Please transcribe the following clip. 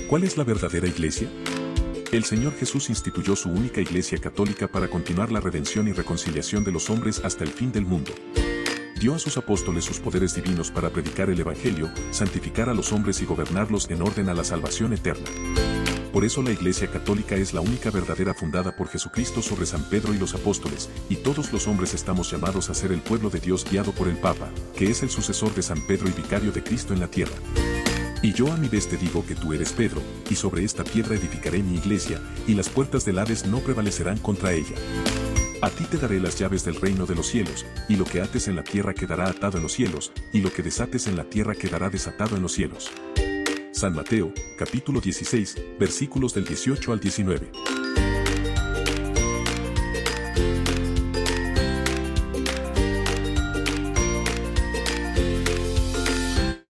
¿Cuál es la verdadera iglesia? El Señor Jesús instituyó su única iglesia católica para continuar la redención y reconciliación de los hombres hasta el fin del mundo. Dio a sus apóstoles sus poderes divinos para predicar el Evangelio, santificar a los hombres y gobernarlos en orden a la salvación eterna. Por eso la Iglesia Católica es la única verdadera fundada por Jesucristo sobre San Pedro y los apóstoles, y todos los hombres estamos llamados a ser el pueblo de Dios guiado por el Papa, que es el sucesor de San Pedro y vicario de Cristo en la tierra. Y yo a mi vez te digo que tú eres Pedro, y sobre esta piedra edificaré mi iglesia, y las puertas del Hades no prevalecerán contra ella. A ti te daré las llaves del reino de los cielos, y lo que ates en la tierra quedará atado en los cielos, y lo que desates en la tierra quedará desatado en los cielos. San Mateo, capítulo 16, versículos del 18 al 19.